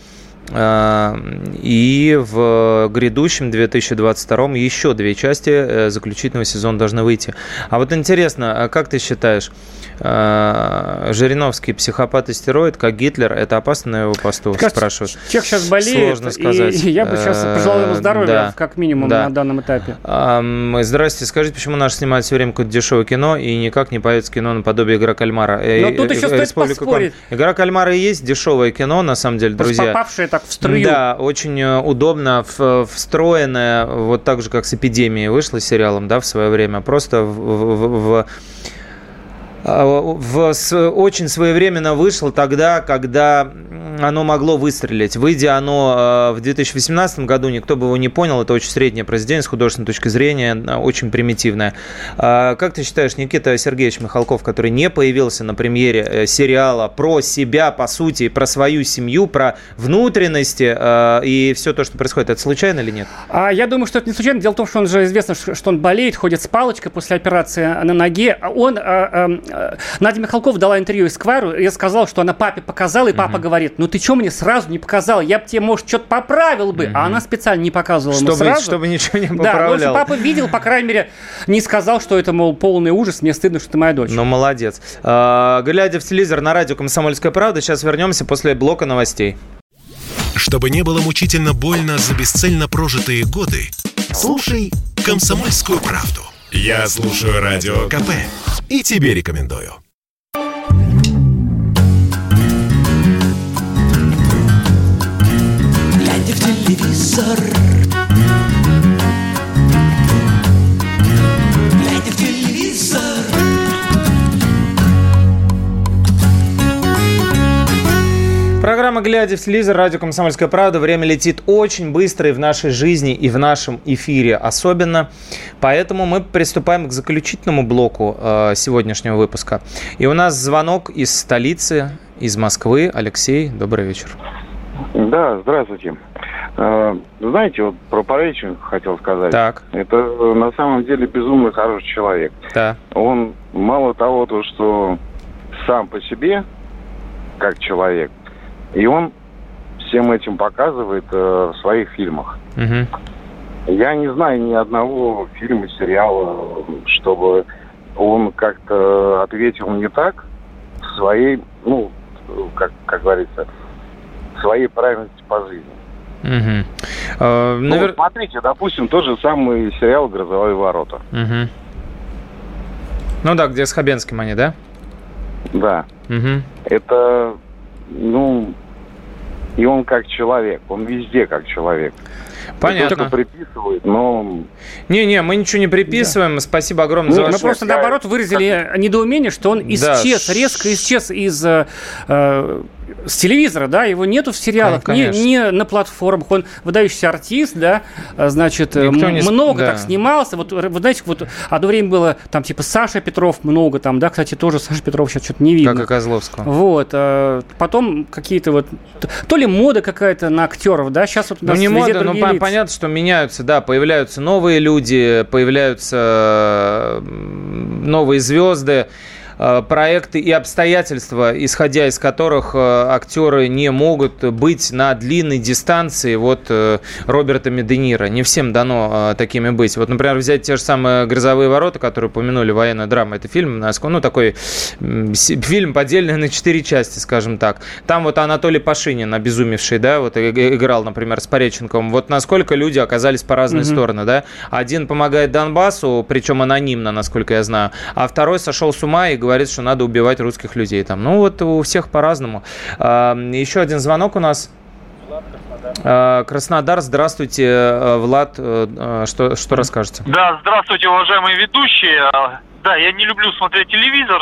Speaker 4: И в грядущем 2022 еще 2 части заключительного сезона должны выйти. А вот интересно, как ты считаешь, Жириновский психопат-истероид, как Гитлер, это опасно на его посту? Спрашивают.
Speaker 3: Человек сейчас болеет,
Speaker 4: сложно сказать.
Speaker 3: И я бы сейчас пожелал ему здоровья,
Speaker 4: да,
Speaker 3: как минимум, на данном этапе.
Speaker 4: Здравствуйте, скажите, почему наши снимают все время какое-то дешевое кино и никак не появится кино наподобие «Игра кальмара»?
Speaker 3: Но тут еще стоит поспорить.
Speaker 4: «Игра кальмара» и есть дешевое кино, на самом деле, друзья.
Speaker 3: Попавшее так в струю.
Speaker 4: Да, очень удобно встроенное, вот так же, как с «Эпидемией» вышло сериалом, да, в свое время, просто очень своевременно вышло тогда, когда оно могло выстрелить. Выйдя оно в 2018 году, никто бы его не понял. Это очень среднее произведение с художественной точки зрения, очень примитивное. Как ты считаешь, Никита Сергеевич Михалков, который не появился на премьере сериала про себя, по сути, про свою семью, про внутренности и все то, что происходит, это случайно или нет?
Speaker 3: Я думаю, что это не случайно. Дело в том, что он же известно, что он болеет, ходит с палочкой после операции на ноге. Он Надя Михалкова дала интервью Esquire, я сказал, что она папе показала, и папа говорит, ну ты что мне сразу не показал? Я бы тебе, может, что-то поправил бы. А она специально не показывала ему сразу.
Speaker 4: Чтобы ничего не поправлял.
Speaker 3: Да, в общем, папа видел, по крайней мере, не сказал, что это, мол, полный ужас, мне стыдно, что ты моя дочь.
Speaker 4: Ну, молодец. Глядя в телевизор на радио «Комсомольская правда», сейчас вернемся после блока новостей.
Speaker 1: Чтобы не было мучительно больно за бесцельно прожитые годы, слушай «Комсомольскую правду». Я слушаю Радио КП и тебе рекомендую.
Speaker 2: Глядя в телевизор, глядя в телевизор.
Speaker 4: Программа «Глядя в телевизор», радио «Комсомольская правда». Время летит очень быстро и в нашей жизни, и в нашем эфире особенно. Поэтому мы приступаем к заключительному блоку сегодняшнего выпуска. И у нас звонок из столицы, из Москвы. Алексей, добрый вечер.
Speaker 7: Да, здравствуйте. Знаете, вот про Пореченко хотел сказать.
Speaker 4: Так.
Speaker 7: Это на самом деле безумно хороший человек.
Speaker 4: Да.
Speaker 7: Он мало того, что сам по себе, как человек, и он всем этим показывает в своих фильмах.
Speaker 4: Угу.
Speaker 7: Я не знаю ни одного фильма, сериала, чтобы он как-то ответил не так в своей, ну, как говорится, в своей правильности по жизни.
Speaker 4: Угу.
Speaker 7: Смотрите, допустим, тот же самый сериал «Грозовые ворота».
Speaker 4: Угу. Ну да, где с Хабенским они, да?
Speaker 7: Да.
Speaker 4: Угу.
Speaker 7: Это, и он как человек, он везде как человек.
Speaker 4: Понятно.
Speaker 7: Кто-то приписывает, но...
Speaker 4: Не, мы ничего не приписываем. Да. Спасибо огромное за ваше...
Speaker 3: Мы просто, наоборот, выразили недоумение, что он исчез, резко исчез из... с телевизора, да, его нету в сериалах, не на платформах, он выдающийся артист, да, значит, много так снимался, вот, вы знаете, вот одно время было, там, типа, Саша Петров много там, да, кстати, тоже Саша Петров сейчас что-то не видно.
Speaker 4: Как и Козловского.
Speaker 3: Вот, потом какие-то вот, то ли мода какая-то на актеров, да, сейчас вот у нас
Speaker 4: не
Speaker 3: везде
Speaker 4: мода,
Speaker 3: другие лица.
Speaker 4: Понятно, что меняются, да, появляются новые люди, появляются новые звезды, проекты и обстоятельства, исходя из которых актеры не могут быть на длинной дистанции вот Робертами Де Ниро. Не всем дано такими быть. Вот, например, взять те же самые «Грозовые ворота», которые упомянули, военная драма. Это фильм, такой фильм, поделенный на 4 части, скажем так. Там вот Анатолий Пашинин, обезумевший, да, вот играл, например, с Пореченковым. Вот насколько люди оказались по разные стороны, да. Один помогает Донбассу, причем анонимно, насколько я знаю, а второй сошел с ума и говорит, что надо убивать русских людей там. Ну, вот у всех по-разному. Еще один звонок у нас. Краснодар. Здравствуйте, Влад. Что расскажете?
Speaker 8: Да, здравствуйте, уважаемые ведущие. Да, я не люблю смотреть телевизор.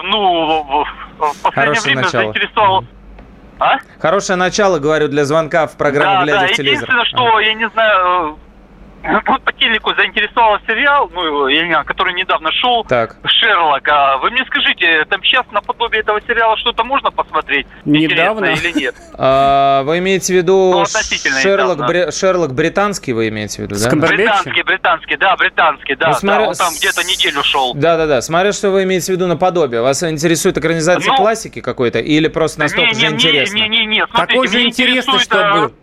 Speaker 8: В последнее время заинтересовал...
Speaker 4: Хорошее начало, говорю, для звонка в программу «Глядя в телевизор».
Speaker 8: Единственное, что, я не знаю... по телеку заинтересовал сериал, который недавно шел, «Шерлок». Вы мне скажите, там сейчас наподобие этого сериала что-то можно посмотреть?
Speaker 3: Недавно
Speaker 8: или нет?
Speaker 4: Вы имеете в виду
Speaker 8: Шерлок
Speaker 4: британский, вы имеете в виду, да?
Speaker 8: Британский, да. Он там где-то неделю шел.
Speaker 4: Да. Смотря, что вы имеете в виду наподобие. Вас интересует экранизация классики какой-то или просто настолько же интересно?
Speaker 8: Нет,
Speaker 3: такой же интересный, что был.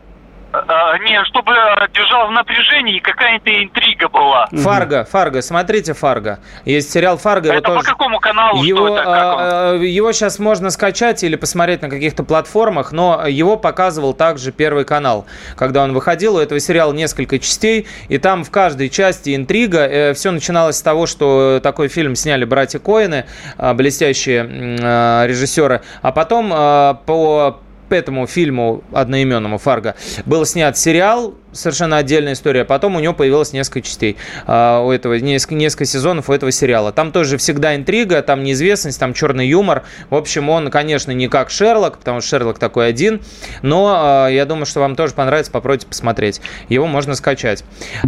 Speaker 8: Чтобы держал в напряжении и какая-то интрига была.
Speaker 4: Фарго, смотрите «Фарго». Есть сериал «Фарго».
Speaker 8: Это по какому каналу?
Speaker 4: Его сейчас можно скачать или посмотреть на каких-то платформах, но его показывал также Первый канал. Когда он выходил, у этого сериала несколько частей, и там в каждой части интрига. Все начиналось с того, что такой фильм сняли братья Коэны, блестящие режиссеры, а потом по этому фильму одноименному «Фарго» был снят сериал, совершенно отдельная история. Потом у него появилось несколько частей, у этого несколько сезонов у этого сериала. Там тоже всегда интрига, там неизвестность, там черный юмор. В общем, он, конечно, не как Шерлок, потому что Шерлок такой один, но я думаю, что вам тоже понравится, попробуйте посмотреть. Его можно скачать.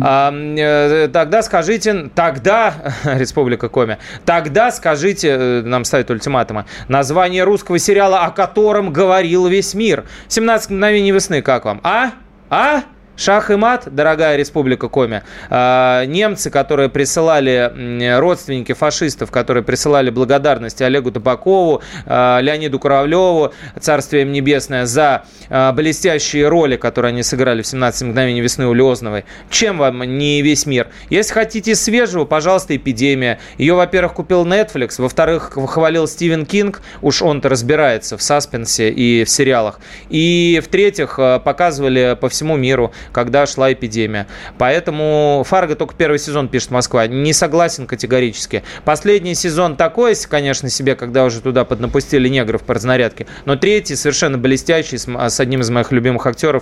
Speaker 4: Тогда скажите, Республика Коми, тогда скажите, нам ставят ультиматумы, название русского сериала, о котором говорил весь мир. «17 мгновений весны», как вам? Шах и мат, дорогая Республика Коми. Немцы, которые присылали, родственники фашистов, которые присылали благодарность Олегу Табакову, Леониду Куравлеву, царствие им небесное, за блестящие роли, которые они сыграли в «17 мгновений весны» у Лёзновой. Чем вам не весь мир? Если хотите свежего, пожалуйста, «Эпидемия». Ее, во-первых, купил Netflix, во-вторых, хвалил Стивен Кинг, уж он-то разбирается в саспенсе и в сериалах. И, в-третьих, показывали по всему миру, когда шла «Эпидемия». Поэтому «Фарго» только первый сезон пишет Москва. Не согласен категорически. Последний сезон такой, конечно, себе, когда уже туда поднапустили негров по разнарядке. Но третий совершенно блестящий, с одним из моих любимых актеров,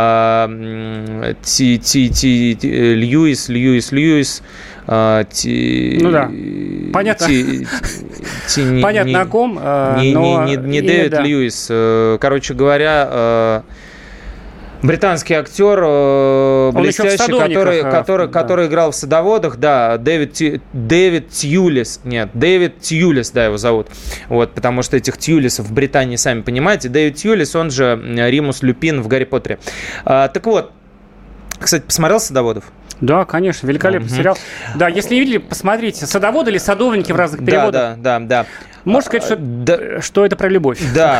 Speaker 4: Льюис.
Speaker 3: Ну да, понятно. Понятно о ком.
Speaker 4: Не Дэвид Льюис. Короче говоря, британский актер, блестящий, который играл в «Садоводах», да, Дэвид Тьюлис, да, его зовут, вот, потому что этих Тьюлисов в Британии, сами понимаете, Дэвид Тьюлис, он же Римус Люпин в «Гарри Поттере». Так вот, кстати, посмотрел «Садоводов»?
Speaker 3: Да, конечно, великолепный сериал. Да, если не видели, посмотрите. «Садоводы» или «Садовники» в разных переводах. Да. Можно сказать, что это про любовь.
Speaker 4: Да,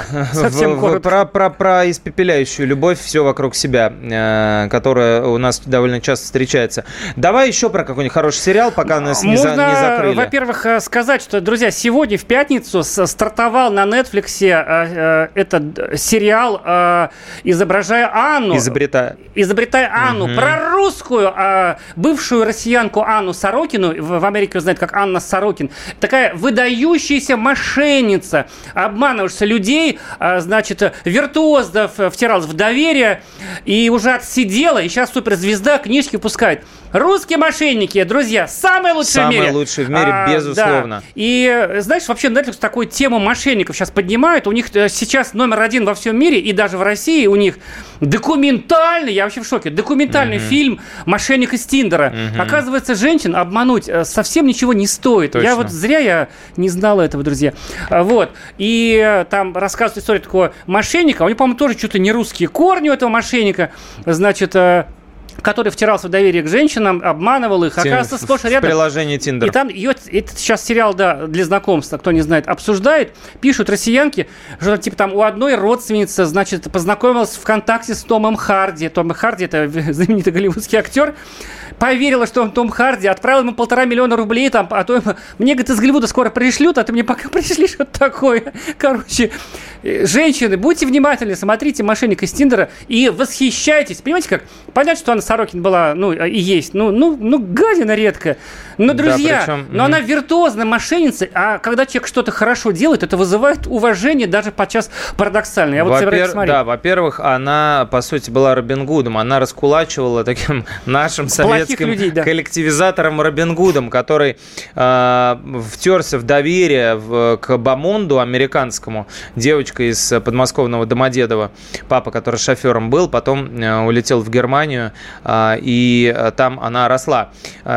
Speaker 4: про испепеляющую любовь, все вокруг себя, которая у нас довольно часто встречается. Давай еще про какой-нибудь хороший сериал, пока нас не закрыли.
Speaker 3: Можно, во-первых, сказать, что, друзья, сегодня в пятницу стартовал на Netflix этот сериал «Изображая Анну». «Изобретая Анну». Про русскую, бывшую россиянку Анну Сорокину, в Америке знают как Анна Сорокин. Такая выдающаяся мошенница, обманываешься людей, значит, виртуозно втиралась в доверие и уже отсидела, и сейчас суперзвезда, книжки выпускает. Русские мошенники, друзья, самые лучшие в мире.
Speaker 4: Самые лучшие в мире, безусловно.
Speaker 3: Да. И, знаешь, вообще Netflix такую тему мошенников сейчас поднимает. У них сейчас номер один во всем мире, и даже в России у них документальный, я вообще в шоке, документальный фильм «Мошенник из Тиндера». Оказывается, женщин обмануть совсем ничего не стоит.
Speaker 4: Точно.
Speaker 3: Я не знал этого, друзья. Вот. И там рассказывают историю такого мошенника. У него, по-моему, тоже что-то не русские корни у этого мошенника. Значит, который втирался в доверие к женщинам, обманывал их, оказывается, сплошь и рядом.
Speaker 4: В приложении Tinder.
Speaker 3: И там этот сейчас сериал, да, для знакомства, кто не знает, обсуждает, пишут россиянки, что типа там у одной родственницы, значит, познакомилась ВКонтакте с Томом Харди. Том Харди – это знаменитый голливудский актер. Поверила, что он Том Харди, отправил ему 1,5 миллиона рублей, там, а то мне, говорит, из Голливуда скоро пришлют, а ты мне пока пришлишь вот такое. Короче, женщины, будьте внимательны, смотрите «Мошенник из Тиндера» и восхищайтесь. Понимаете как? Понятно, что Анна Сорокин была, и есть, гадина редко. Но, друзья,
Speaker 4: да, причем,
Speaker 3: она виртуозная мошенница, а когда человек что-то хорошо делает, это вызывает уважение, даже подчас парадоксально. Я вот собираюсь смотреть.
Speaker 4: Да, во-перввер, она, по сути, была Робин Гудом. Она раскулачивала таким нашим советским людей, да, коллективизатором Робин Гудом, который втерся в доверие к Бамонду американскому, девочка из подмосковного Домодедово, папа, который шофером был, потом улетел в Германию, и там она росла.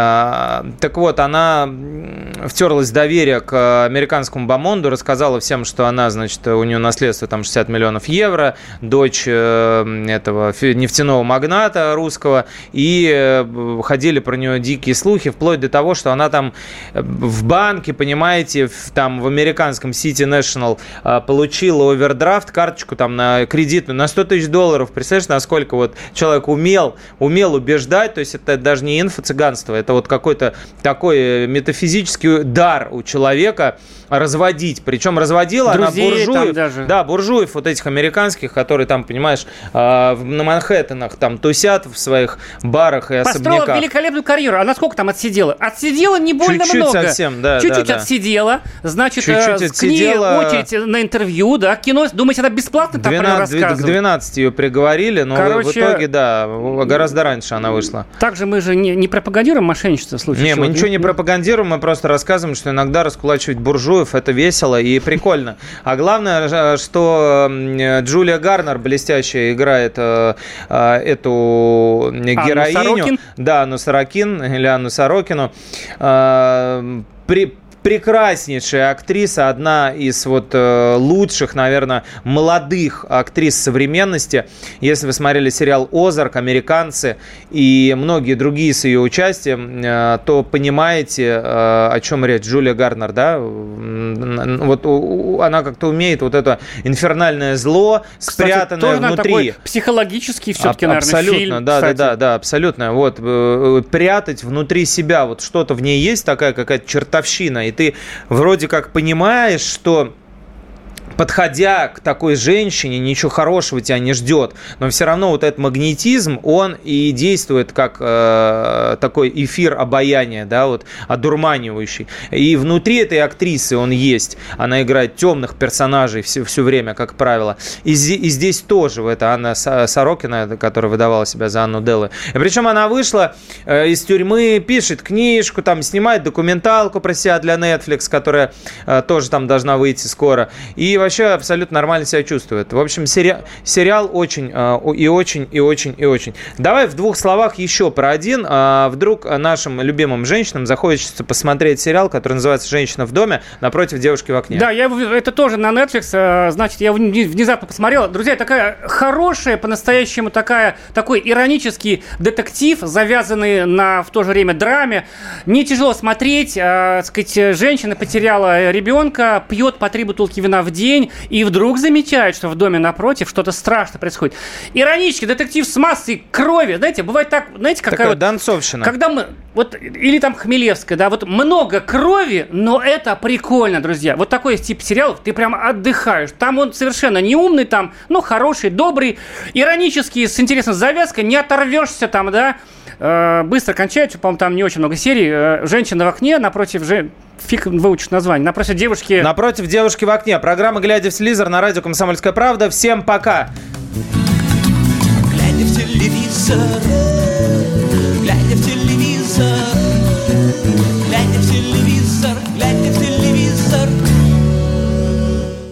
Speaker 4: Так вот, она втерлась в доверие к американскому Бамонду, рассказала всем, что она, значит, у нее наследство там 60 миллионов евро, дочь этого нефтяного магната русского, и ходили про нее дикие слухи, вплоть до того, что она там в банке, понимаете, там в американском City National получила овердрафт, карточку там на кредитную на $100 тысяч. Представляешь, насколько вот человек умел убеждать, то есть это даже не инфо-цыганство, это вот какой-то такой метафизический дар у человека разводить. Причем разводила друзей, она буржуев. Даже. Да, буржуев вот этих американских, которые там, понимаешь, на Манхэттенах там тусят в своих барах и особняках.
Speaker 3: Построила великолепную карьеру. Она сколько там отсидела? Отсидела не больно
Speaker 4: чуть-чуть
Speaker 3: много.
Speaker 4: Совсем, да.
Speaker 3: Чуть-чуть
Speaker 4: да,
Speaker 3: отсидела. Значит,
Speaker 4: чуть-чуть
Speaker 3: к ней очередь на интервью, да, кино. Думаете, она бесплатно там про нее рассказывала?
Speaker 4: К 12 ее приговорили, но в итоге, да, гораздо раньше она вышла.
Speaker 3: Также мы же не пропагандируем мошенничество в случае.
Speaker 4: Не, мы ничего не пропагандируем, мы просто рассказываем, что иногда раскулачивать буржуев – это весело и прикольно. А главное, что Джулия Гарнер блестящая играет эту героиню.
Speaker 3: Анну Сорокин.
Speaker 4: Да, Анну Сорокин или Анну Сорокину. прекраснейшая актриса, одна из лучших, наверное, молодых актрис современности. Если вы смотрели сериал «Озарк», «Американцы» и многие другие с ее участием, то понимаете, о чем речь. Джулия Гарнер, да? Вот она как-то умеет вот это инфернальное зло, спрятанное внутри. Такой
Speaker 3: психологический все-таки, наверное,
Speaker 4: абсолютно,
Speaker 3: фильм.
Speaker 4: Да, абсолютно. Вот, прятать внутри себя, вот что-то в ней есть, такая какая-то чертовщина, и ты вроде как понимаешь, что, подходя к такой женщине, ничего хорошего тебя не ждет. Но все равно вот этот магнетизм, он и действует как такой эфир обаяния, да, вот, одурманивающий. И внутри этой актрисы он есть. Она играет темных персонажей все время, как правило. И здесь тоже это Анна Сорокина, которая выдавала себя за Анну Деллы. И причем она вышла из тюрьмы, пишет книжку, там, снимает документалку про себя для Netflix, которая тоже там должна выйти скоро. И вообще абсолютно нормально себя чувствует. В общем, сериал очень. Давай в двух словах еще про один. Вдруг нашим любимым женщинам захочется посмотреть сериал, который называется «Женщина в доме» напротив девушки в окне.
Speaker 3: Да, это тоже на Netflix. Значит, я внезапно посмотрел. Друзья, такая хорошая, по-настоящему такой иронический детектив, завязанный в то же время драме. Не тяжело смотреть. Женщина потеряла ребенка, пьет по 3 бутылки вина в день и вдруг замечает, что в доме напротив что-то страшное происходит. Иронический детектив с массой крови. Знаете, бывает так, знаете, какая
Speaker 4: донцовщина.
Speaker 3: Когда мы, или там Хмелевская, да, много крови, но это прикольно, друзья. Вот такой тип сериалов, ты прям отдыхаешь. Там он совершенно не умный, там, хороший, добрый, иронический, с интересной завязкой, не оторвешься там, да. Быстро кончается, по-моему, там не очень много серий. «Женщина в окне» напротив фиг выучишь название. Напротив девушки
Speaker 4: в окне. Программа «Глядя в телевизор» на радио «Комсомольская правда». Всем пока!
Speaker 2: Глядя в телевизор.